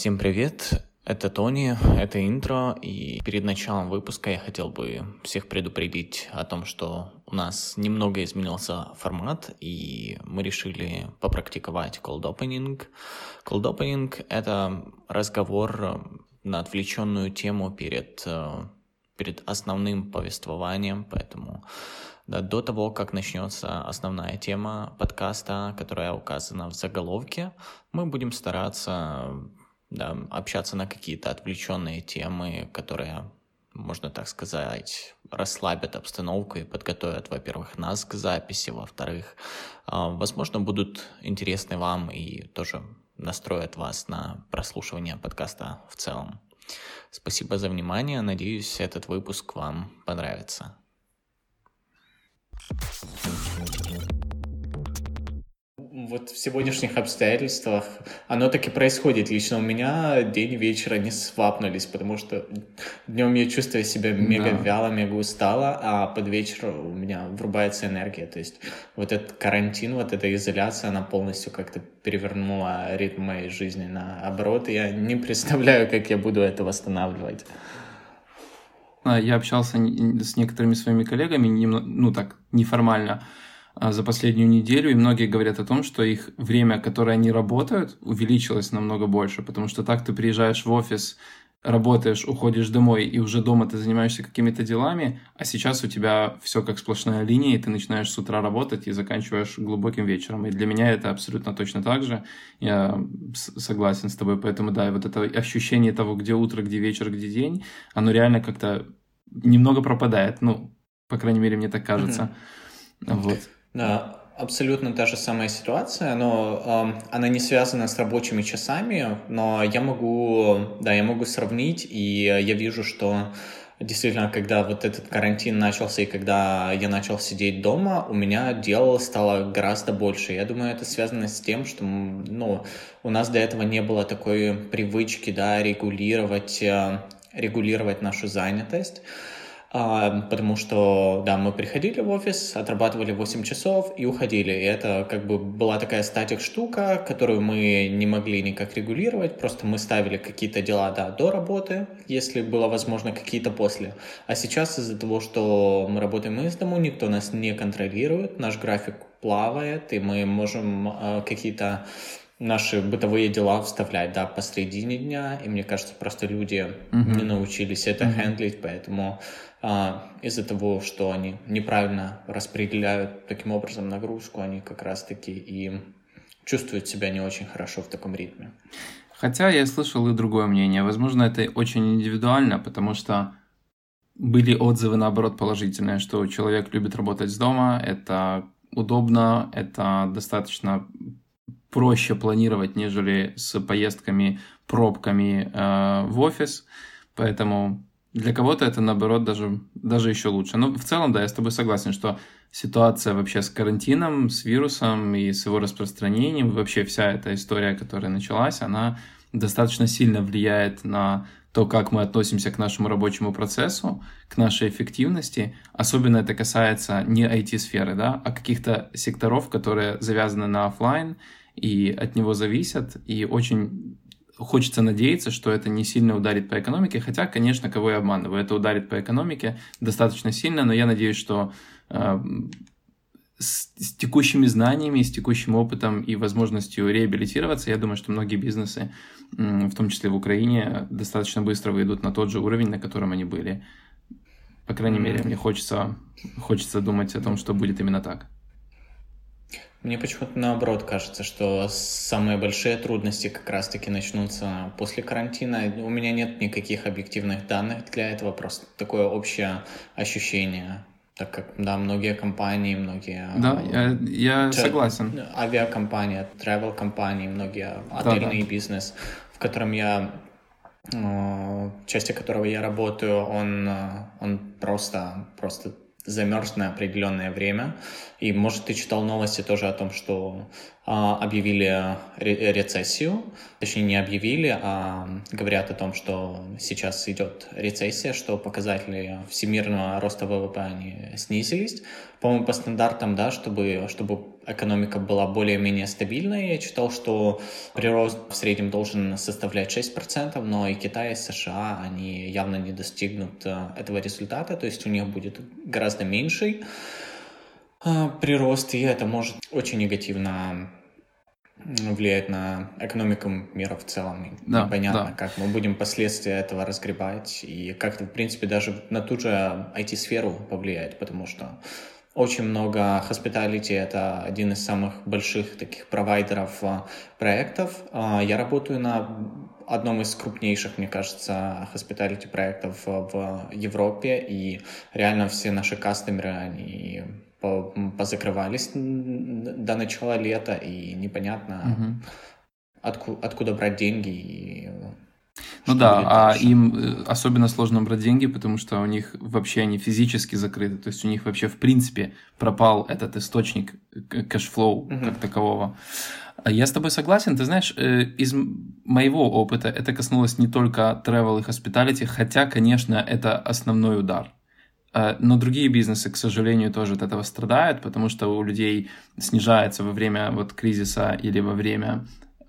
Всем привет, это Тони, это интро, и перед началом выпуска я хотел бы всех предупредить о том, что у нас немного изменился формат, и мы решили попрактиковать cold opening. Cold opening — это разговор на отвлеченную тему перед основным повествованием, поэтому до того, как начнется основная тема подкаста, которая указана в заголовке, мы будем стараться общаться на какие-то отвлеченные темы, которые, можно так сказать, расслабят обстановку и подготовят, во-первых, нас к записи, во-вторых, возможно, будут интересны вам и тоже настроят вас на прослушивание подкаста в целом. Спасибо за внимание, надеюсь, этот выпуск вам понравится. Вот в сегодняшних обстоятельствах оно так и происходит. Лично у меня день и вечер они свапнулись, потому что днем я чувствую себя мега вяло, мега устало, а под вечер у меня врубается энергия. То есть вот этот карантин, вот эта изоляция, она полностью как-то перевернула ритм моей жизни наоборот. И я не представляю, как я буду это восстанавливать. Я общался с некоторыми своими коллегами, неформально, за последнюю неделю, и многие говорят о том, что их время, которое они работают, увеличилось намного больше, потому что так ты приезжаешь в офис, работаешь, уходишь домой, и уже дома ты занимаешься какими-то делами, а сейчас у тебя все как сплошная линия, и ты начинаешь с утра работать и заканчиваешь глубоким вечером. И для меня это абсолютно точно так же. Я согласен с тобой, поэтому да, и вот это ощущение того, где утро, где вечер, где день, оно реально как-то немного пропадает, по крайней мере, мне так кажется. Вот. Да, абсолютно та же самая ситуация, но она не связана с рабочими часами, но я могу сравнить, и я вижу, что действительно, когда вот этот карантин начался, и когда я начал сидеть дома, у меня дел стало гораздо больше. Я думаю, это связано с тем, что у нас до этого не было такой привычки, регулировать нашу занятость. Потому что, мы приходили в офис, отрабатывали 8 часов и уходили. И это как бы была такая статик-штука, которую мы не могли никак регулировать. Просто мы ставили какие-то дела, до работы, если было возможно, какие-то после. А сейчас из-за того, что мы работаем из дому, никто нас не контролирует, наш график плавает, и мы можем какие-то наши бытовые дела вставлять, посредине дня, и мне кажется, просто люди не научились это хендлить, поэтому из-за того, что они неправильно распределяют таким образом нагрузку, они как раз-таки и чувствуют себя не очень хорошо в таком ритме. Хотя я слышал и другое мнение. Возможно, это очень индивидуально, потому что были отзывы, наоборот, положительные, что человек любит работать с дома, это удобно, это достаточно проще планировать, нежели с поездками, пробками в офис, поэтому для кого-то это, наоборот, даже еще лучше. Но в целом, я с тобой согласен, что ситуация вообще с карантином, с вирусом и с его распространением, вообще вся эта история, которая началась, она достаточно сильно влияет на то, как мы относимся к нашему рабочему процессу, к нашей эффективности. Особенно это касается не IT-сферы, а каких-то секторов, которые завязаны на офлайн, и от него зависят, и очень хочется надеяться, что это не сильно ударит по экономике, хотя, конечно, кого я обманываю, это ударит по экономике достаточно сильно, но я надеюсь, что с текущими знаниями, с текущим опытом и возможностью реабилитироваться, я думаю, что многие бизнесы, в том числе в Украине, достаточно быстро выйдут на тот же уровень, на котором они были. По крайней мере, мне хочется думать о том, что будет именно так. Мне почему-то наоборот кажется, что самые большие трудности как раз-таки начнутся после карантина. У меня нет никаких объективных данных для этого, просто такое общее ощущение. Так как, многие компании, я согласен. Авиакомпании, travel-компании, многие отельный бизнес, в котором части которого я работаю, он просто замерз на определенное время. И, может, ты читал новости тоже о том, что объявили рецессию. Точнее, не объявили, а говорят о том, что сейчас идет рецессия, что показатели всемирного роста ВВП они снизились. По-моему, по стандартам, чтобы экономика была более-менее стабильной. Я читал, что прирост в среднем должен составлять 6%, но и Китай, и США, они явно не достигнут этого результата, то есть у них будет гораздо меньший прирост, и это может очень негативно влияет на экономику мира в целом. Да, Непонятно, да. как мы будем последствия этого разгребать и как-то, в принципе, даже на ту же IT-сферу повлияет, потому что очень много hospitality — это один из самых больших таких провайдеров проектов. Я работаю на одном из крупнейших, мне кажется, hospitality проектов в Европе, и реально все наши кастомеры, они позакрывались до начала лета, и непонятно, откуда брать деньги и Ну что да, будет а дальше. им особенно сложно брать деньги, потому что у них вообще они физически закрыты, то есть у них вообще в принципе пропал этот источник кэшфлоу как такового. Я с тобой согласен, ты знаешь, из моего опыта это коснулось не только travel и hospitality, хотя, конечно, это основной удар. Но другие бизнесы, к сожалению, тоже от этого страдают, потому что у людей снижается во время вот кризиса или во время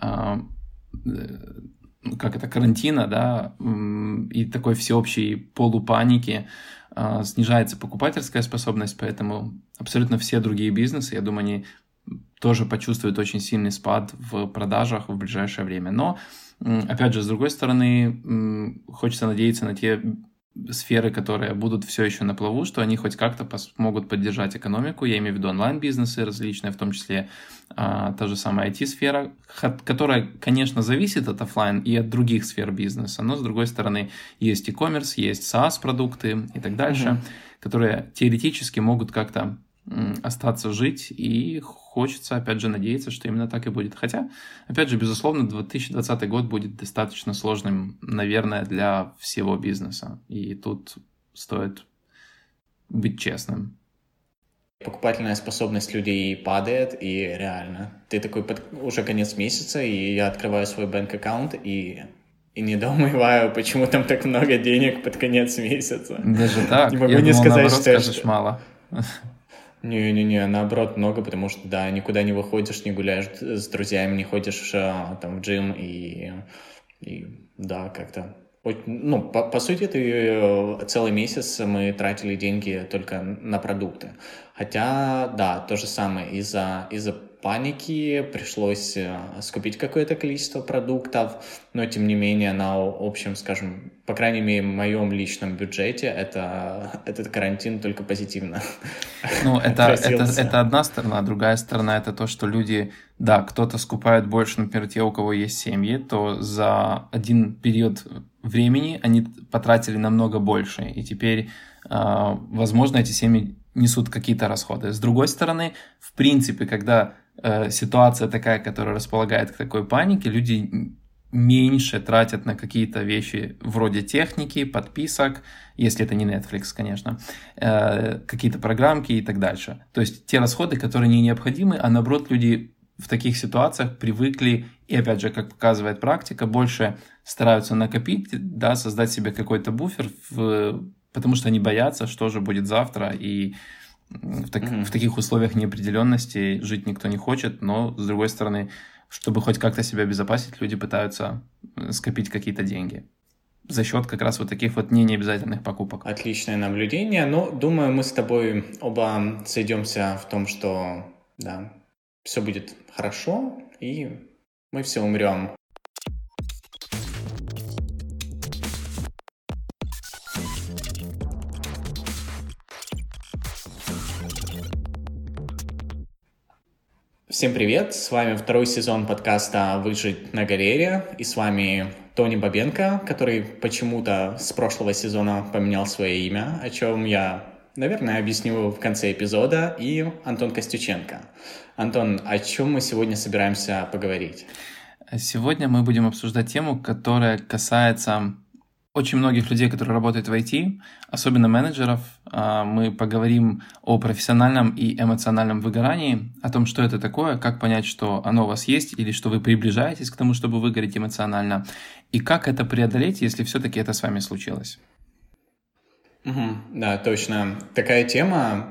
карантина, да, и такой всеобщей полупаники, снижается покупательская способность, поэтому абсолютно все другие бизнесы, я думаю, они тоже почувствуют очень сильный спад в продажах в ближайшее время. Но, опять же, с другой стороны, хочется надеяться на те сферы, которые будут все еще на плаву, что они хоть как-то смогут поддержать экономику. Я имею в виду онлайн-бизнесы различные, в том числе та же самая IT-сфера, которая, конечно, зависит от офлайн и от других сфер бизнеса, но, с другой стороны, есть e-commerce, есть SaaS-продукты и так дальше, которые теоретически могут как-то остаться жить, и хочется, опять же, надеяться, что именно так и будет. Хотя, опять же, безусловно, 2020 год будет достаточно сложным, наверное, для всего бизнеса. И тут стоит быть честным. Покупательная способность людей падает, и реально. Ты такой уже конец месяца, и я открываю свой бэнк-аккаунт, и недоумеваю, почему там так много денег под конец месяца. Даже так? Не могу Я не думал, сказать, наоборот, что... скажешь мало. Не-не-не, наоборот, много, потому что, да, никуда не выходишь, не гуляешь с друзьями, не ходишь там в джим, и да, как-то... Ну, по сути, целый месяц мы тратили деньги только на продукты. Хотя, да, то же самое, из-за паники пришлось скупить какое-то количество продуктов, но, тем не менее, на общем, скажем, по крайней мере, в моем личном бюджете этот карантин только позитивно Ну, отразился. это одна сторона, другая сторона — это то, что люди, да, кто-то скупает больше, например, те, у кого есть семьи, то за один период времени они потратили намного больше, и теперь, возможно, эти семьи несут какие-то расходы. С другой стороны, в принципе, когда ситуация такая, которая располагает к такой панике, люди меньше тратят на какие-то вещи вроде техники, подписок, если это не Netflix, конечно, какие-то программки и так дальше. То есть те расходы, которые не необходимы, а наоборот люди в таких ситуациях привыкли, и опять же, как показывает практика, больше стараются накопить, да, создать себе какой-то буфер, потому что они боятся, что же будет завтра, и в таких условиях неопределенности жить никто не хочет, но, с другой стороны, чтобы хоть как-то себя обезопасить, люди пытаются скопить какие-то деньги за счет как раз вот таких вот необязательных покупок. Отличное наблюдение. Но, думаю, мы с тобой оба сойдемся в том, что, да, все будет хорошо, и мы все умрем. Всем привет, с вами второй сезон подкаста «Выжить на галерее», и с вами Тони Бабенко, который почему-то с прошлого сезона поменял свое имя, о чем я, наверное, объясню в конце эпизода, и Антон Костюченко. Антон, о чем мы сегодня собираемся поговорить? Сегодня мы будем обсуждать тему, которая касается очень многих людей, которые работают в IT, особенно менеджеров. Мы поговорим о профессиональном и эмоциональном выгорании, о том, что это такое, как понять, что оно у вас есть, или что вы приближаетесь к тому, чтобы выгореть эмоционально, и как это преодолеть, если все-таки это с вами случилось. Да, точно. Такая тема,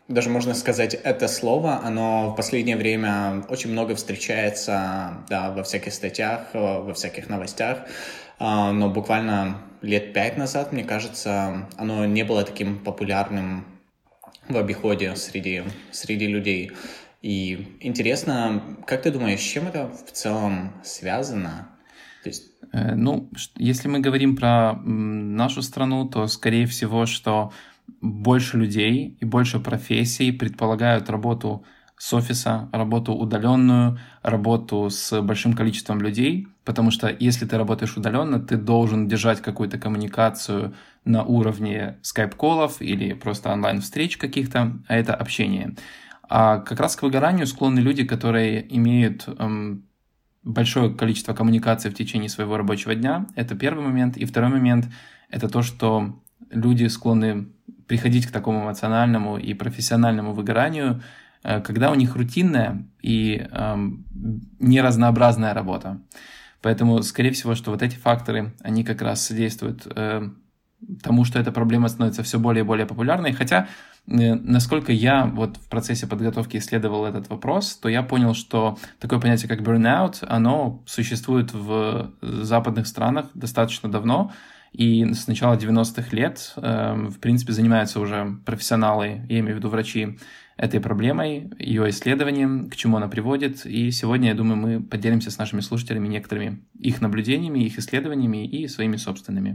даже можно сказать, это слово, оно в последнее время очень много встречается, да, во всяких статьях, во всяких новостях, но буквально лет 5 назад, мне кажется, оно не было таким популярным в обиходе среди людей. И интересно, как ты думаешь, с чем это в целом связано? То есть... Ну, если мы говорим про нашу страну, то, скорее всего, что больше людей и больше профессий предполагают работу с офиса, работу удаленную, работу с большим количеством людей, потому что если ты работаешь удаленно, ты должен держать какую-то коммуникацию на уровне скайп-коллов или просто онлайн-встреч каких-то, а это общение. А как раз к выгоранию склонны люди, которые имеют большое количество коммуникаций в течение своего рабочего дня. Это первый момент. И второй момент – это то, что люди склонны приходить к такому эмоциональному и профессиональному выгоранию, когда у них рутинная и неразнообразная работа. Поэтому, скорее всего, что вот эти факторы, они как раз содействуют тому, что эта проблема становится все более и более популярной. Хотя, насколько я вот в процессе подготовки исследовал этот вопрос, то я понял, что такое понятие, как burnout, оно существует в западных странах достаточно давно, и с начала 90-х лет, в принципе, занимаются уже профессионалы, я имею в виду врачи, этой проблемой, ее исследованием, к чему она приводит. И сегодня, я думаю, мы поделимся с нашими слушателями некоторыми их наблюдениями, их исследованиями и своими собственными.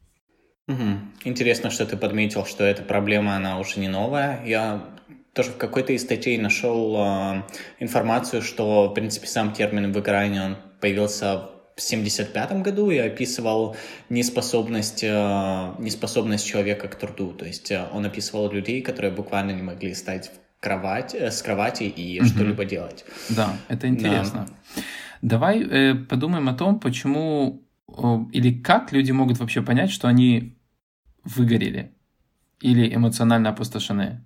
Интересно, что ты подметил, что эта проблема, она уже не новая. Я тоже в какой-то из статей нашел информацию, что, в принципе, сам термин выгорание, он появился в 1975 году и описывал неспособность человека к труду. То есть он описывал людей, которые буквально не могли встать с кровати и что-либо делать. Да, это интересно. Да. Давай подумаем о том, почему или как люди могут вообще понять, что они выгорели или эмоционально опустошены?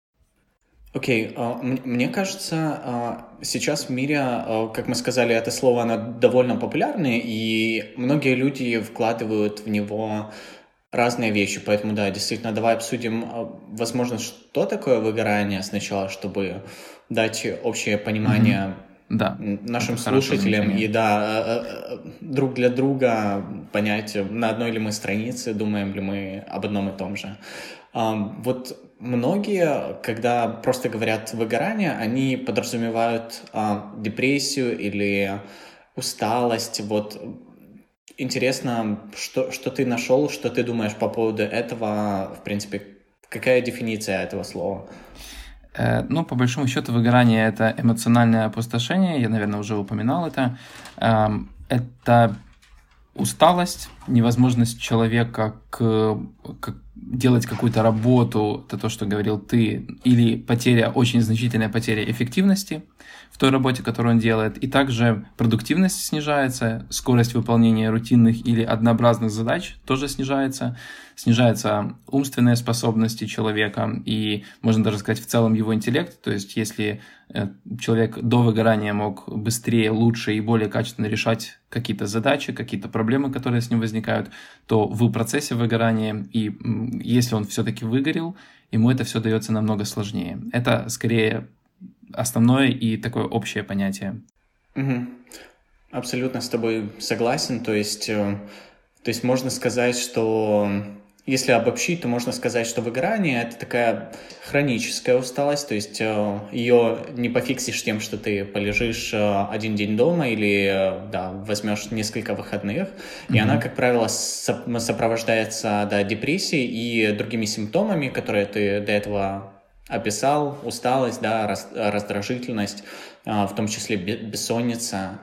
Окей, мне кажется, сейчас в мире, как мы сказали, это слово, оно довольно популярное, и многие люди вкладывают в него разные вещи. Поэтому, да, действительно, давай обсудим, возможно, что такое выгорание сначала, чтобы дать общее понимание нашим слушателям и, друг для друга понять, на одной ли мы странице, думаем ли мы об одном и том же. Вот многие, когда просто говорят выгорание, они подразумевают депрессию или усталость. Вот интересно, что ты нашел, что ты думаешь по поводу этого, в принципе, какая дефиниция этого слова? Ну, по большому счету, выгорание – это эмоциональное опустошение, я, наверное, уже упоминал это. Это усталость, невозможность человека делать какую-то работу, это то, что говорил ты, или очень значительная потеря эффективности в той работе, которую он делает, и также продуктивность снижается, скорость выполнения рутинных или однообразных задач тоже снижается умственные способности человека и, можно даже сказать, в целом его интеллект, то есть если человек до выгорания мог быстрее, лучше и более качественно решать какие-то задачи, какие-то проблемы, которые с ним возникают, то в процессе выгорания, и если он все-таки выгорел, ему это все дается намного сложнее. Это скорее основное и такое общее понятие. Абсолютно с тобой согласен. То есть можно сказать, что если обобщить, то можно сказать, что выгорание – это такая хроническая усталость, то есть ее не пофиксишь тем, что ты полежишь один день дома или возьмешь несколько выходных, и она, как правило, сопровождается депрессией и другими симптомами, которые ты до этого описал: усталость, раздражительность, в том числе бессонница.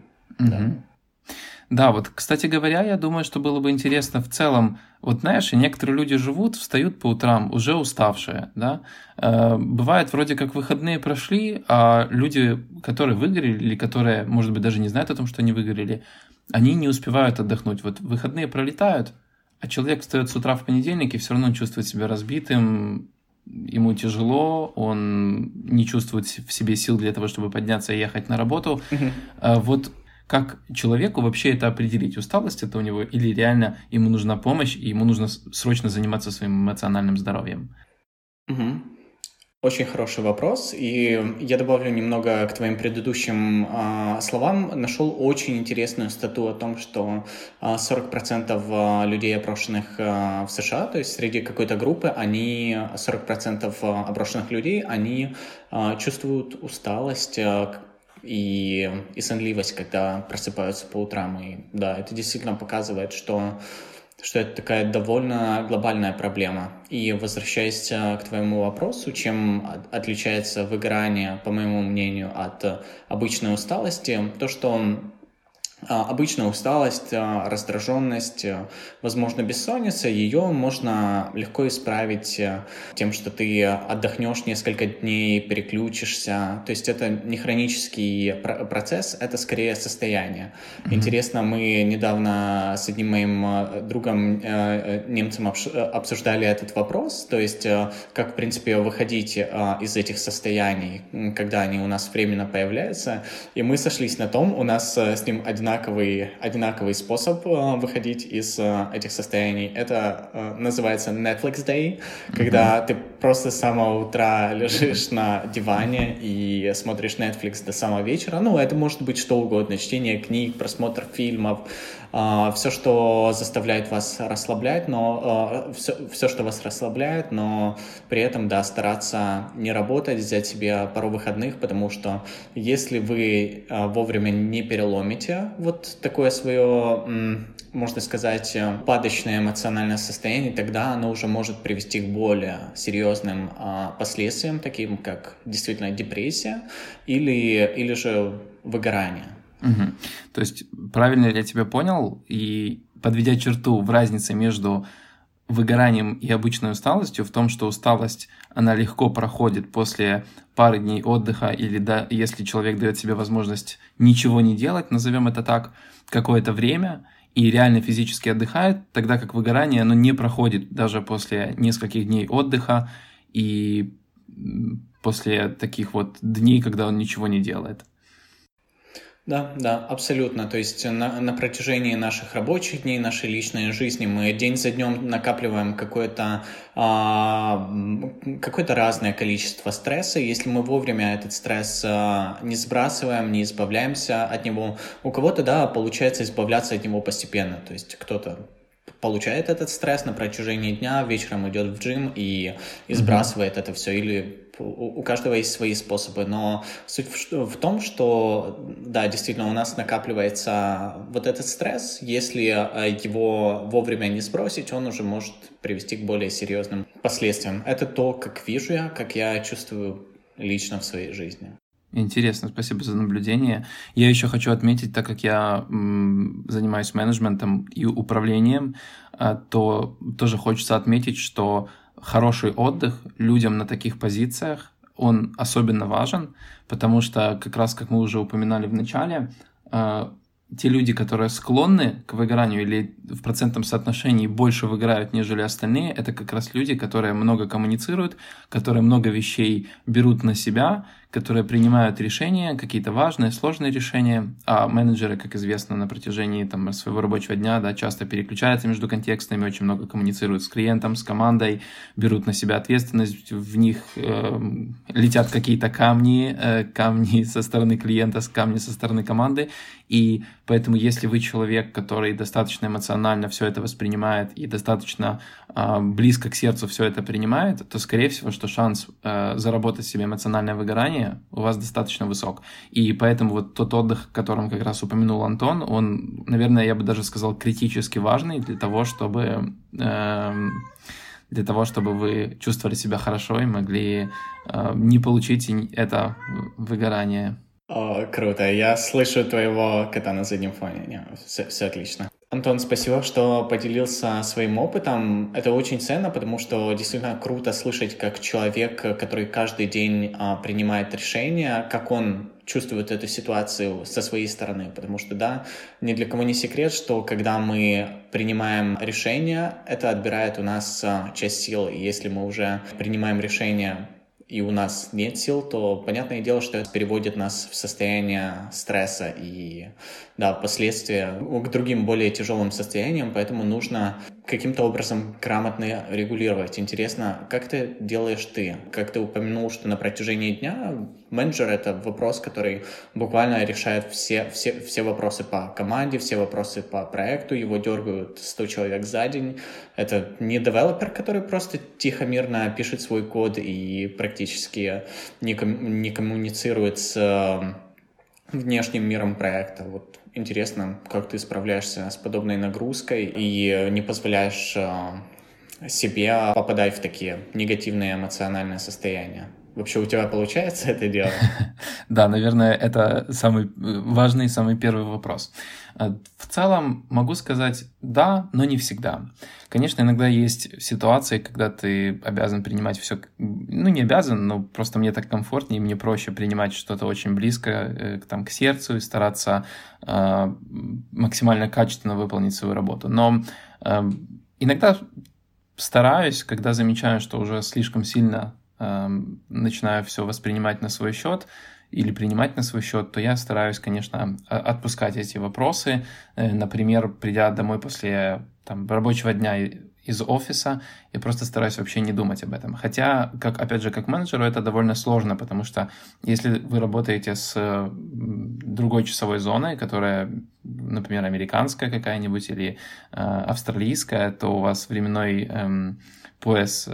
Да, вот, кстати говоря, я думаю, что было бы интересно в целом, вот знаешь, некоторые люди встают по утрам уже уставшие, да, бывает вроде как выходные прошли, а люди, которые выгорели или которые, может быть, даже не знают о том, что они выгорели, они не успевают отдохнуть, вот выходные пролетают, а человек встает с утра в понедельник и все равно чувствует себя разбитым, ему тяжело, он не чувствует в себе сил для того, чтобы подняться и ехать на работу, вот. Как человеку вообще это определить? Усталость это у него или реально ему нужна помощь, и ему нужно срочно заниматься своим эмоциональным здоровьем? Очень хороший вопрос, и я добавлю немного к твоим предыдущим словам. Нашел очень интересную статью о том, что 40% людей, опрошенных в США, то есть среди какой-то группы, 40% опрошенных людей, они чувствуют усталость и сонливость, когда просыпаются по утрам. И да, это действительно показывает, что это такая довольно глобальная проблема. И возвращаясь к твоему вопросу, чем отличается выгорание, по моему мнению, от обычной усталости, то, что обычная усталость, раздраженность, возможно, бессонница, ее можно легко исправить тем, что ты отдохнешь несколько дней, переключишься. То есть это не хронический процесс, это скорее состояние. Mm-hmm. Интересно, мы недавно с одним моим другом, немцем, обсуждали этот вопрос, то есть как, в принципе, выходить из этих состояний, когда они у нас временно появляются. И мы сошлись на том, у нас с ним одинаковый способ выходить из этих состояний. Это называется Netflix Day, когда ты просто с самого утра лежишь на диване и смотришь Netflix до самого вечера. Ну, это может быть что угодно. Чтение книг, просмотр фильмов, все, что заставляет вас расслаблять, но все, что вас расслабляет, но при этом, да, стараться не работать, взять себе пару выходных, потому что если вы вовремя не переломите вот такое свое, можно сказать, падочное эмоциональное состояние, тогда оно уже может привести к более серьезным последствиям, таким как действительно депрессия или же выгорание. Угу. То есть, правильно ли я тебя понял, и подведя черту в разнице между выгоранием и обычной усталостью, в том, что усталость, она легко проходит после пары дней отдыха, или да, если человек дает себе возможность ничего не делать, назовем это так, какое-то время, и реально физически отдыхает, тогда как выгорание, оно не проходит даже после нескольких дней отдыха и после таких вот дней, когда он ничего не делает. Да, абсолютно. То есть на протяжении наших рабочих дней, нашей личной жизни мы день за днем накапливаем какое-то разное количество стресса. Если мы вовремя этот стресс не сбрасываем, не избавляемся от него, у кого-то, да, получается избавляться от него постепенно. То есть кто-то получает этот стресс на протяжении дня, вечером идет в джим и сбрасывает это все, или у каждого есть свои способы, но суть в том, что, да, действительно, у нас накапливается вот этот стресс, если его вовремя не сбросить, он уже может привести к более серьезным последствиям. Это то, как вижу я, как я чувствую лично в своей жизни. Интересно, спасибо за наблюдение. Я еще хочу отметить, так как я занимаюсь менеджментом и управлением, то тоже хочется отметить, что хороший отдых людям на таких позициях, он особенно важен, потому что, как раз как мы уже упоминали в начале, те люди, которые склонны к выгоранию или в процентном соотношении больше выгорают, нежели остальные, это как раз люди, которые много коммуницируют, которые много вещей берут на себя, которые принимают решения, какие-то важные, сложные решения, а менеджеры, как известно, на протяжении своего рабочего дня, да, часто переключаются между контекстами, очень много коммуницируют с клиентом, с командой, берут на себя ответственность, в них летят какие-то камни со стороны клиента, камни со стороны команды, и поэтому если вы человек, который достаточно эмоционально все это воспринимает и достаточно близко к сердцу все это принимает, то, скорее всего, что шанс заработать себе эмоциональное выгорание у вас достаточно высок. И поэтому вот тот отдых, о котором как раз упомянул Антон, он, наверное, я бы даже сказал, критически важный для того, чтобы вы чувствовали себя хорошо и могли не получить это выгорание. О, круто. Я слышу твоего кота на заднем фоне. Все отлично. Антон, спасибо, что поделился своим опытом. Это очень ценно, потому что действительно круто слышать, как человек, который каждый день принимает решения, как он чувствует эту ситуацию со своей стороны. Потому что, да, ни для кого не секрет, что когда мы принимаем решения, это отбирает у нас часть сил. И если мы уже принимаем решения, и у нас нет сил, то понятное дело, что это переводит нас в состояние стресса, и да, последствия к другим более тяжелым состояниям, поэтому нужно каким-то образом грамотно регулировать. Интересно, как это делаешь ты? Как ты упомянул, что на протяжении дня менеджер — это вопрос, который буквально решает все вопросы по команде, все вопросы по проекту, его дергают 100 человек за день. Это не девелопер, который просто тихо, мирно пишет свой код и практически не коммуницирует с внешним миром проекта. Вот интересно, как ты справляешься с подобной нагрузкой и не позволяешь себе попадать в такие негативные эмоциональные состояния. Вообще у тебя получается это делать? Да, наверное, это самый важный, самый первый вопрос. В целом могу сказать да, но не всегда. Конечно, иногда есть ситуации, когда ты обязан принимать все, ну не обязан, но просто мне так комфортнее, мне проще принимать что-то очень близко к сердцу и стараться максимально качественно выполнить свою работу. Но иногда стараюсь, когда замечаю, что уже слишком сильно начинаю все воспринимать на свой счет или принимать на свой счет, то я стараюсь, конечно, отпускать эти вопросы. Например, придя домой после рабочего дня из офиса, я просто стараюсь вообще не думать об этом. Хотя, опять же, как менеджеру это довольно сложно, потому что если вы работаете с другой часовой зоной, которая, например, американская какая-нибудь или австралийская, то у вас временной пояс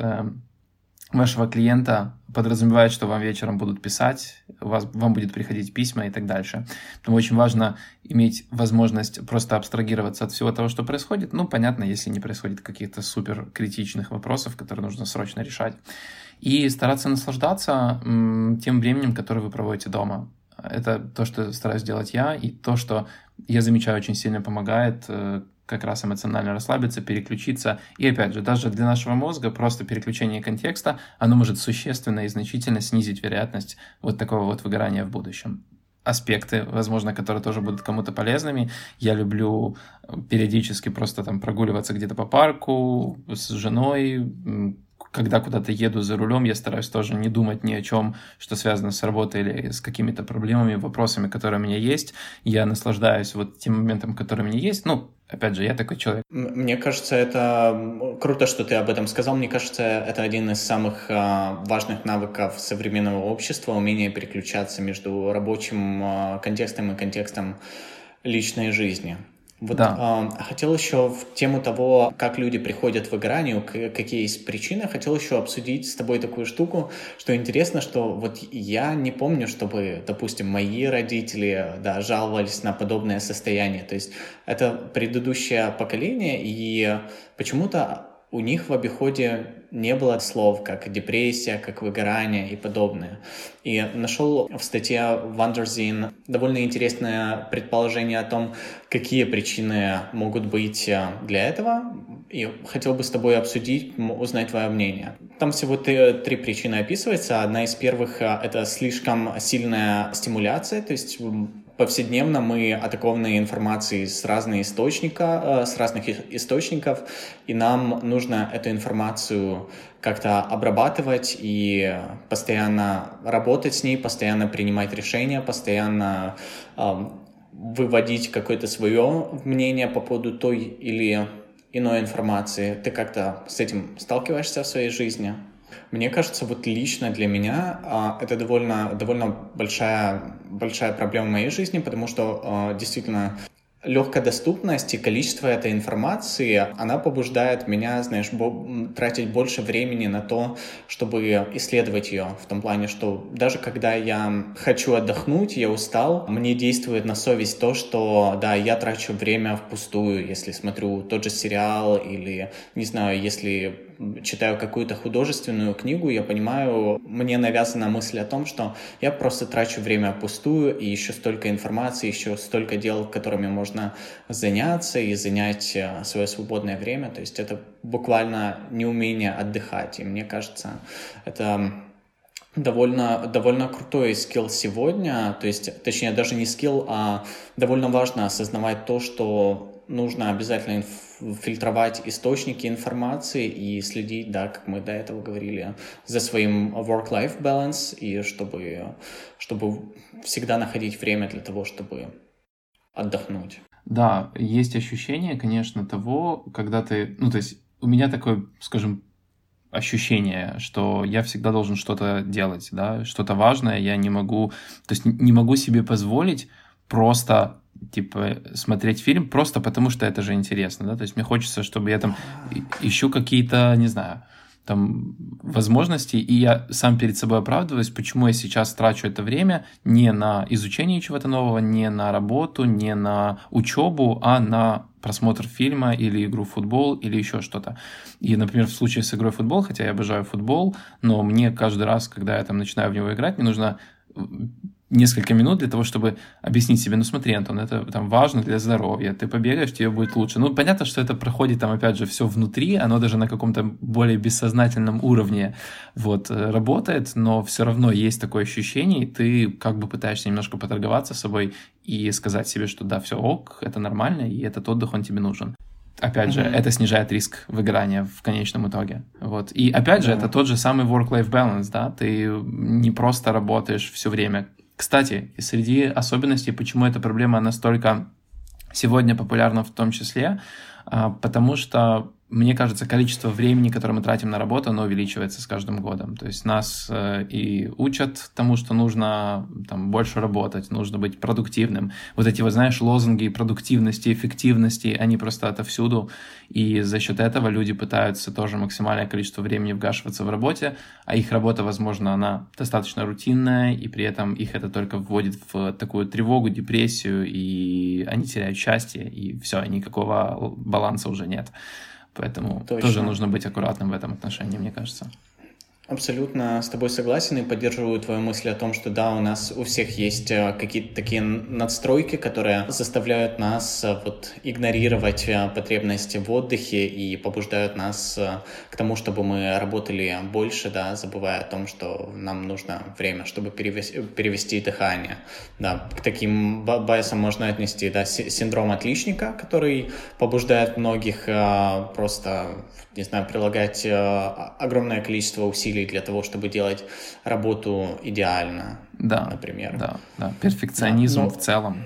вашего клиента подразумевает, что вам вечером будут писать, вам будет приходить письма и так дальше. Поэтому очень важно иметь возможность просто абстрагироваться от всего того, что происходит. Ну, понятно, если не происходит каких-то супер критичных вопросов, которые нужно срочно решать. И стараться наслаждаться тем временем, которое вы проводите дома. Это то, что стараюсь делать я, и то, что я замечаю, очень сильно помогает как раз эмоционально расслабиться, переключиться. И опять же, даже для нашего мозга просто переключение контекста, оно может существенно и значительно снизить вероятность вот такого вот выгорания в будущем. Аспекты, возможно, которые тоже будут кому-то полезными. Я люблю периодически просто прогуливаться где-то по парку с женой. Когда куда-то еду за рулем, я стараюсь тоже не думать ни о чем, что связано с работой или с какими-то проблемами, вопросами, которые у меня есть. Я наслаждаюсь вот тем моментом, который у меня есть. Ну, опять же, я такой человек. Мне кажется, это круто, что ты об этом сказал. Мне кажется, это один из самых важных навыков современного общества, умение переключаться между рабочим контекстом и контекстом личной жизни. Вот Да. хотел еще в тему того, как люди приходят в выгоранию, какие есть причины, хотел еще обсудить с тобой такую штуку, что интересно, что вот я не помню, чтобы, допустим, мои родители, да, жаловались на подобное состояние. То есть это предыдущее поколение, и почему-то у них в обиходе не было слов, как депрессия, как выгорание и подобное. И нашел в статье Wonderzine довольно интересное предположение о том, какие причины могут быть для этого. И хотел бы с тобой обсудить, узнать твое мнение. Там всего три причины описывается. Одна из первых — это слишком сильная стимуляция, то есть повседневно мы атакованы информацией с разных источников, и нам нужно эту информацию как-то обрабатывать и постоянно работать с ней, постоянно принимать решения, постоянно выводить какое-то свое мнение по поводу той или иной информации. Ты как-то с этим сталкиваешься в своей жизни? Мне кажется, вот лично для меня это довольно большая проблема в моей жизни, потому что действительно легкая доступность и количество этой информации, она побуждает меня, знаешь, тратить больше времени на то, чтобы исследовать ее. В том плане, что даже когда я хочу отдохнуть, я устал, мне действует на совесть то, что, да, я трачу время впустую, если смотрю тот же сериал или, не знаю, если читаю какую-то художественную книгу, я понимаю, мне навязана мысль о том, что я просто трачу время впустую, и еще столько информации, еще столько дел, которыми можно заняться и занять свое свободное время. То есть это буквально неумение отдыхать. И мне кажется, это довольно крутой скилл сегодня. То есть, точнее, даже не скилл, а довольно важно осознавать то, что нужно обязательно фильтровать источники информации и следить, да, как мы до этого говорили, за своим work-life balance, и чтобы всегда находить время для того, чтобы отдохнуть. Да, есть ощущение, конечно, того, когда ты... Ну, то есть у меня такое, скажем, ощущение, что я всегда должен что-то делать, да, что-то важное, я не могу... То есть не могу себе позволить просто, типа, смотреть фильм просто потому, что это же интересно, да, то есть мне хочется, чтобы я там ищу какие-то, не знаю, там возможности, и я сам перед собой оправдываюсь, почему я сейчас трачу это время не на изучение чего-то нового, не на работу, не на учебу, а на просмотр фильма или игру в футбол или еще что-то. И, например, в случае с игрой в футбол, хотя я обожаю футбол, но мне каждый раз, когда я там начинаю в него играть, мне нужно несколько минут для того, чтобы объяснить себе, ну смотри, Антон, это там важно для здоровья, ты побегаешь, тебе будет лучше. Ну, понятно, что это проходит там, опять же, все внутри, оно даже на каком-то более бессознательном уровне вот работает, но все равно есть такое ощущение, и ты как бы пытаешься немножко поторговаться с собой и сказать себе, что да, все ок, это нормально, и этот отдых, он тебе нужен. Опять же, это снижает риск выгорания в конечном итоге. Вот. И опять же, это тот же самый work-life balance, да, ты не просто работаешь все время. Кстати, среди особенностей, почему эта проблема настолько сегодня популярна в том числе, потому что, мне кажется, количество времени, которое мы тратим на работу, оно увеличивается с каждым годом. То есть нас и учат тому, что нужно там больше работать, нужно быть продуктивным. Вот эти, вот, знаешь, лозунги продуктивности, эффективности, они просто отовсюду. И за счет этого люди пытаются тоже максимальное количество времени вгашиваться в работе, а их работа, возможно, она достаточно рутинная, и при этом их это только вводит в такую тревогу, депрессию, и они теряют счастье, и все, никакого баланса уже нет. Поэтому тоже нужно быть аккуратным в этом отношении, мне кажется. Абсолютно с тобой согласен и поддерживаю твою мысль о том, что да, у нас у всех есть какие-то такие надстройки, которые заставляют нас вот игнорировать потребности в отдыхе и побуждают нас к тому, чтобы мы работали больше, да, забывая о том, что нам нужно время, чтобы перевести дыхание. Да, к таким байсам можно отнести, да, синдром отличника, который побуждает многих просто, не знаю, прилагать огромное количество усилий для того, чтобы делать работу идеально, да, например. Да. Перфекционизм в целом.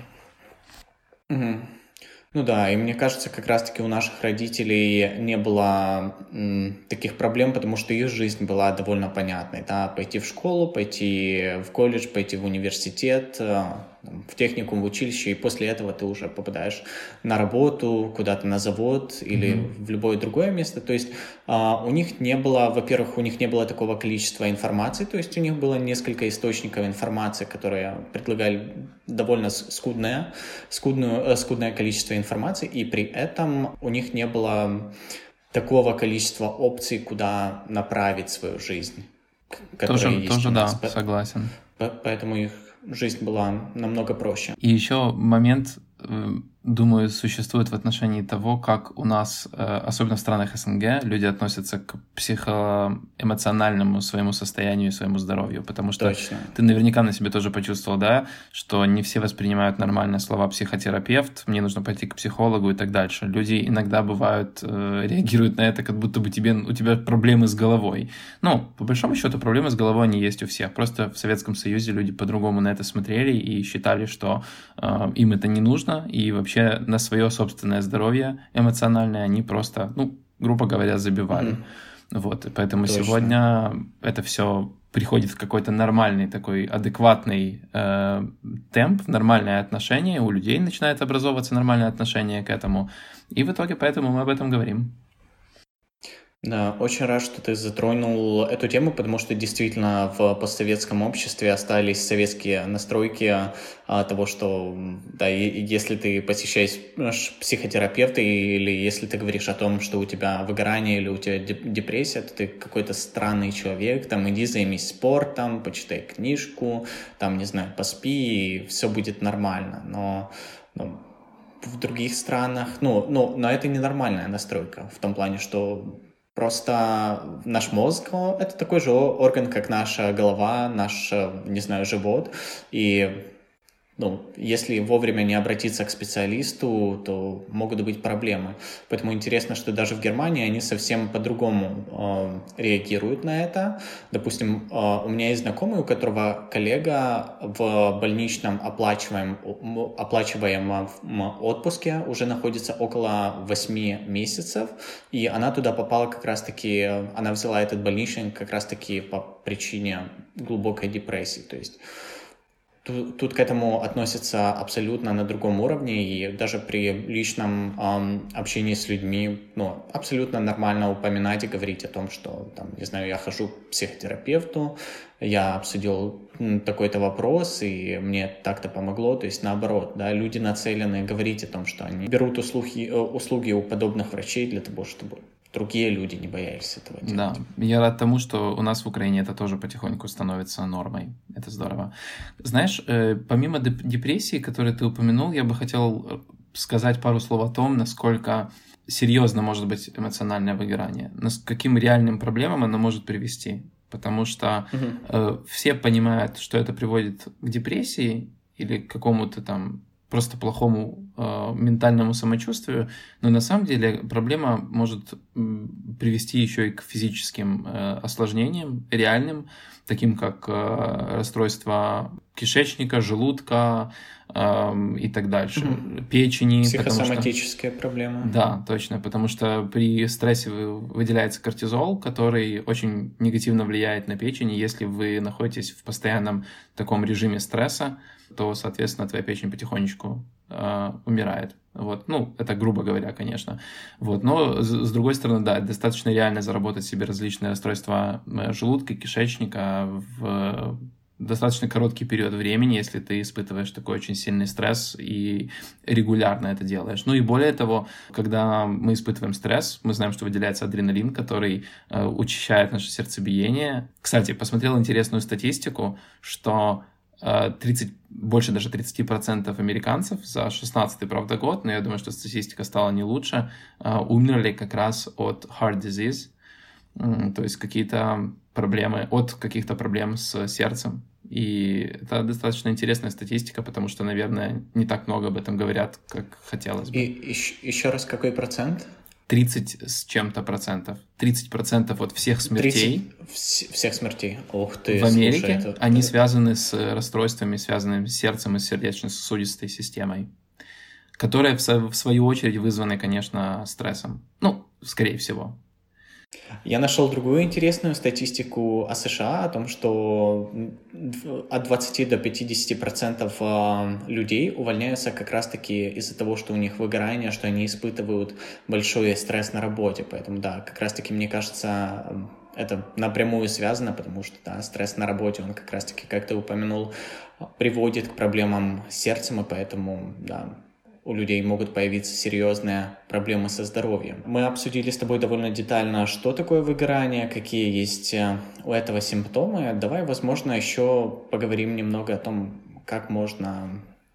Угу. Ну да, и мне кажется, как раз-таки у наших родителей не было таких проблем, потому что их жизнь была довольно понятной. Да? Пойти в школу, пойти в колледж, пойти в университет, в техникум, в училище, и после этого ты уже попадаешь на работу, куда-то на завод или в любое другое место. То есть у них не было, во-первых, у них не было такого количества информации, то есть у них было несколько источников информации, которые предлагали довольно скудное количество информации, и при этом у них не было такого количества опций, куда направить свою жизнь. Тоже да, согласен. Поэтому их жизнь была намного проще. И еще момент, думаю, существует в отношении того, как у нас, особенно в странах СНГ, люди относятся к психоэмоциональному своему состоянию и своему здоровью, потому что ты наверняка на себе тоже почувствовал, да, что не все воспринимают нормально слова психотерапевт, мне нужно пойти к психологу и так дальше. Люди иногда бывают, реагируют на это, как будто бы у тебя проблемы с головой. Ну, по большому счету, проблемы с головой они есть у всех, просто в Советском Союзе люди по-другому на это смотрели и считали, что им это не нужно, и вообще на свое собственное здоровье эмоциональное они просто, грубо говоря, забивали. Вот, и поэтому сегодня это все приходит в какой-то нормальный такой адекватный темп, нормальное отношение, у людей начинает образовываться нормальное отношение к этому, и в итоге поэтому мы об этом говорим. Да, очень рад, что ты затронул эту тему, потому что действительно в постсоветском обществе остались советские настройки того, что да, если ты посещаешь психотерапевта или если ты говоришь о том, что у тебя выгорание или у тебя депрессия, то ты какой-то странный человек, там иди займись спортом, почитай книжку, там, не знаю, поспи, и все будет нормально. Но в других странах, но это ненормальная настройка в том плане, что просто наш мозг — это такой же орган, как наша голова, наш, не знаю, живот. И если вовремя не обратиться к специалисту, то могут быть проблемы. Поэтому интересно, что даже в Германии они совсем по-другому реагируют на это. Допустим, у меня есть знакомый, у которого коллега в больничном оплачиваемом отпуске уже находится около 8 месяцев, и она туда попала как раз-таки, она взяла этот больничный как раз-таки по причине глубокой депрессии. То есть тут к этому относятся абсолютно на другом уровне, и даже при личном общении с людьми, абсолютно нормально упоминать и говорить о том, что, не знаю, я хожу к психотерапевту, я обсудил такой-то вопрос, и мне так-то помогло. То есть наоборот, да, люди нацелены говорить о том, что они берут услуги у подобных врачей для того, чтобы другие люди не боялись этого делать. Да, я рад тому, что у нас в Украине это тоже потихоньку становится нормой. Это здорово. Знаешь, помимо депрессии, которую ты упомянул, я бы хотел сказать пару слов о том, насколько серьезно может быть эмоциональное выгорание, с каким реальным проблемам оно может привести. Потому что все понимают, что это приводит к депрессии или к какому-то там просто плохому ментальному самочувствию, но на самом деле проблема может привести еще и к физическим осложнениям, реальным, таким как расстройство кишечника, желудка и так дальше, печени. Психосоматические проблемы. Да, точно, потому что при стрессе выделяется кортизол, который очень негативно влияет на печень, и если вы находитесь в постоянном таком режиме стресса, то, соответственно, твоя печень потихонечку умирает. Это грубо говоря, конечно. Но, с другой стороны, да, достаточно реально заработать себе различные расстройства желудка, кишечника в достаточно короткий период времени, если ты испытываешь такой очень сильный стресс и регулярно это делаешь. И более того, когда мы испытываем стресс, мы знаем, что выделяется адреналин, который учащает наше сердцебиение. Кстати, посмотрел интересную статистику, что больше даже 30% американцев за 16-й, правда, год, но я думаю, что статистика стала не лучше, умерли как раз от heart disease, то есть от каких-то проблем с сердцем. И это достаточно интересная статистика, потому что, наверное, не так много об этом говорят, как хотелось бы. И еще раз, какой процент? 30 с чем-то процентов. 30% от всех смертей. Всех смертей. Ух ты, в Америке, они связаны с расстройствами, связанными с сердцем и сердечно-сосудистой системой, которые, в свою очередь, вызваны, конечно, стрессом. Скорее всего. Я нашел другую интересную статистику о США, о том, что от 20 до 50% людей увольняются как раз-таки из-за того, что у них выгорание, что они испытывают большой стресс на работе. Поэтому, да, как раз-таки, мне кажется, это напрямую связано, потому что, да, стресс на работе, он как раз-таки, как ты упомянул, приводит к проблемам с сердцем, и поэтому, да, у людей могут появиться серьезные проблемы со здоровьем. Мы обсудили с тобой довольно детально, что такое выгорание, какие есть у этого симптомы. Давай, возможно, еще поговорим немного о том, как можно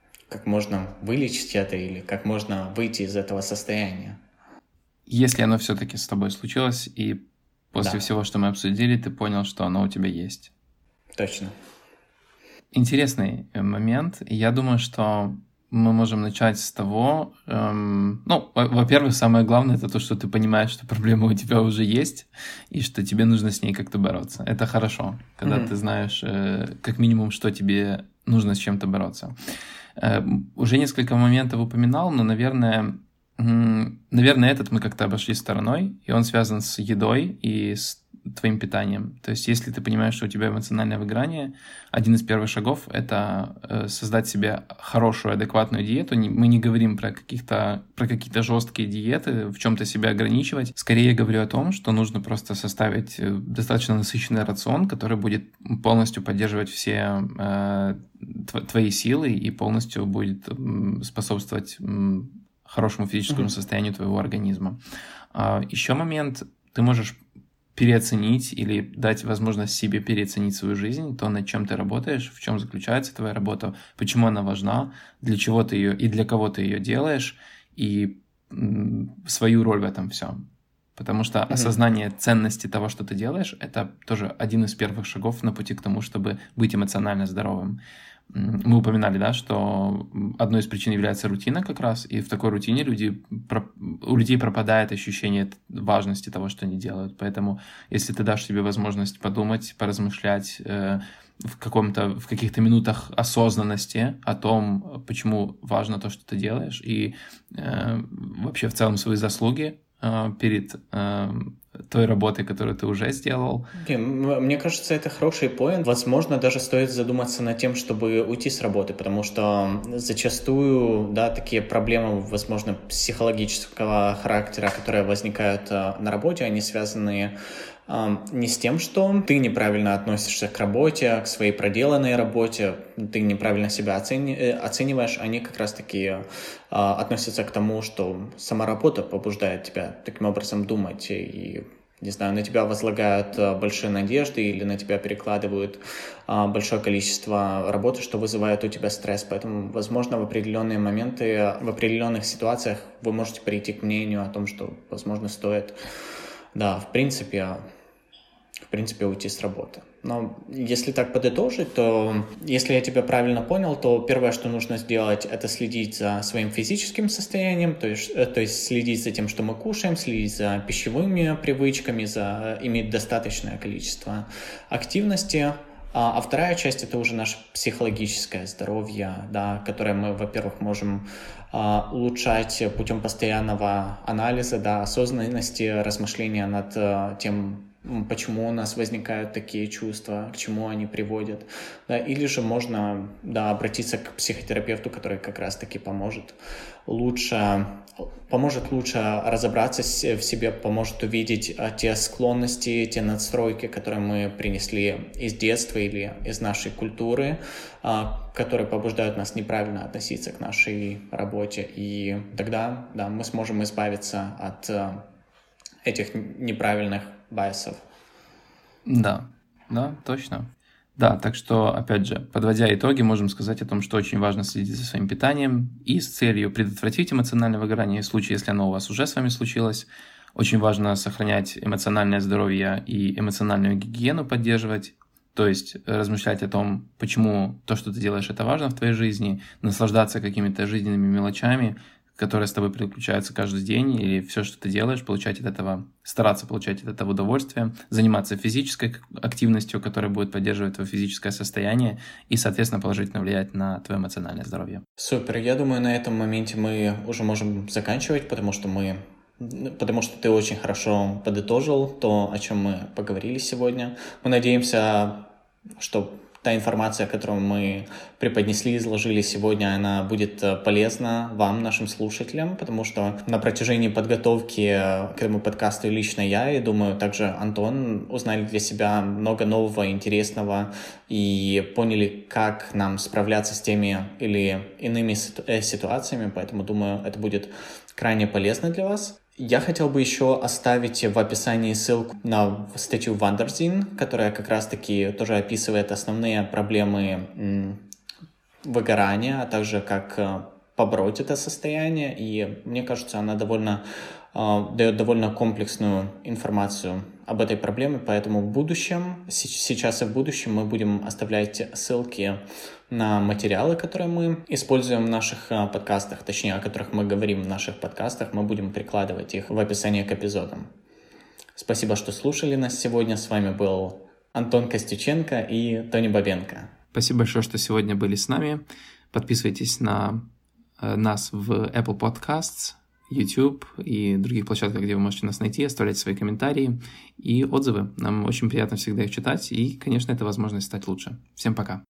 вылечить это или как можно выйти из этого состояния. Если оно все-таки с тобой случилось, и после всего, что мы обсудили, ты понял, что оно у тебя есть. Точно. Интересный момент. Я думаю, что мы можем начать с того, во-первых, самое главное, это то, что ты понимаешь, что проблема у тебя уже есть, и что тебе нужно с ней как-то бороться. Это хорошо, когда ты знаешь, как минимум, что тебе нужно с чем-то бороться. Уже несколько моментов упоминал, но, наверное, этот мы как-то обошли стороной, и он связан с едой и с твоим питанием. То есть, если ты понимаешь, что у тебя эмоциональное выгорание, один из первых шагов — это создать себе хорошую, адекватную диету. Мы не говорим про какие-то жесткие диеты, в чем-то себя ограничивать. Скорее, я говорю о том, что нужно просто составить достаточно насыщенный рацион, который будет полностью поддерживать все твои силы и полностью будет способствовать хорошему физическому состоянию твоего организма. Еще момент, ты можешь переоценить или дать возможность себе переоценить свою жизнь, то, над чем ты работаешь, в чем заключается твоя работа, почему она важна, для чего ты ее и для кого ты ее делаешь, и свою роль в этом всем. Потому что осознание ценности того, что ты делаешь, это тоже один из первых шагов на пути к тому, чтобы быть эмоционально здоровым. Мы упоминали, да, что одной из причин является рутина как раз, и в такой рутине у людей пропадает ощущение важности того, что они делают. Поэтому если ты дашь себе возможность подумать, поразмышлять в каких-то минутах осознанности о том, почему важно то, что ты делаешь, и вообще в целом свои заслуги перед той работой, которую ты уже сделал. Мне кажется, это хороший поинт. Возможно, даже стоит задуматься над тем, чтобы уйти с работы, потому что зачастую, да, такие проблемы, возможно, психологического характера, которые возникают на работе, они связаны не с тем, что ты неправильно относишься к работе, к своей проделанной работе, ты неправильно себя оцениваешь, они как раз-таки относятся к тому, что сама работа побуждает тебя таким образом думать, и, не знаю, на тебя возлагают большие надежды или на тебя перекладывают большое количество работы, что вызывает у тебя стресс. Поэтому, возможно, в определенные моменты, в определенных ситуациях вы можете прийти к мнению о том, что, возможно, стоит, да, в принципе, уйти с работы. Но если так подытожить, то если я тебя правильно понял, то первое, что нужно сделать, это следить за своим физическим состоянием, то есть следить за тем, что мы кушаем, следить за пищевыми привычками, иметь достаточное количество активности. А вторая часть — это уже наше психологическое здоровье, да, которое мы, во-первых, можем улучшать путем постоянного анализа, да, осознанности, размышления над тем, почему у нас возникают такие чувства, к чему они приводят. Да, или же можно, да, обратиться к психотерапевту, который как раз-таки поможет лучше разобраться в себе, поможет увидеть те склонности, те надстройки, которые мы принесли из детства или из нашей культуры, которые побуждают нас неправильно относиться к нашей работе. И тогда, да, мы сможем избавиться от этих неправильных байсов. Да, точно. Да, так что, опять же, подводя итоги, можем сказать о том, что очень важно следить за своим питанием и с целью предотвратить эмоциональное выгорание в случае, если оно у вас уже с вами случилось. Очень важно сохранять эмоциональное здоровье и эмоциональную гигиену поддерживать, то есть размышлять о том, почему то, что ты делаешь, это важно в твоей жизни, наслаждаться какими-то жизненными мелочами, которые с тобой переключаются каждый день, или все, что ты делаешь, стараться получать от этого удовольствие, заниматься физической активностью, которая будет поддерживать твое физическое состояние и, соответственно, положительно влиять на твое эмоциональное здоровье. Супер. Я думаю, на этом моменте мы уже можем заканчивать, потому что ты очень хорошо подытожил то, о чем мы поговорили сегодня. Мы надеемся, что та информация, которую мы преподнесли, изложили сегодня, она будет полезна вам, нашим слушателям, потому что на протяжении подготовки к этому подкасту лично я, и, думаю, также Антон, узнали для себя много нового, интересного и поняли, как нам справляться с теми или иными ситуациями, поэтому, думаю, это будет крайне полезно для вас. Я хотел бы еще оставить в описании ссылку на статью Wonderzine, которая как раз-таки тоже описывает основные проблемы выгорания, а также как побороть это состояние. И мне кажется, она дает довольно комплексную информацию об этой проблеме, поэтому сейчас и в будущем мы будем оставлять ссылки на материалы, которые мы используем в наших подкастах, точнее, о которых мы говорим в наших подкастах, мы будем прикладывать их в описании к эпизодам. Спасибо, что слушали нас сегодня. С вами был Антон Костюченко и Тони Бабенко. Спасибо большое, что сегодня были с нами. Подписывайтесь на нас в Apple Podcasts, YouTube и других площадках, где вы можете нас найти, оставлять свои комментарии и отзывы. Нам очень приятно всегда их читать, и, конечно, это возможность стать лучше. Всем пока!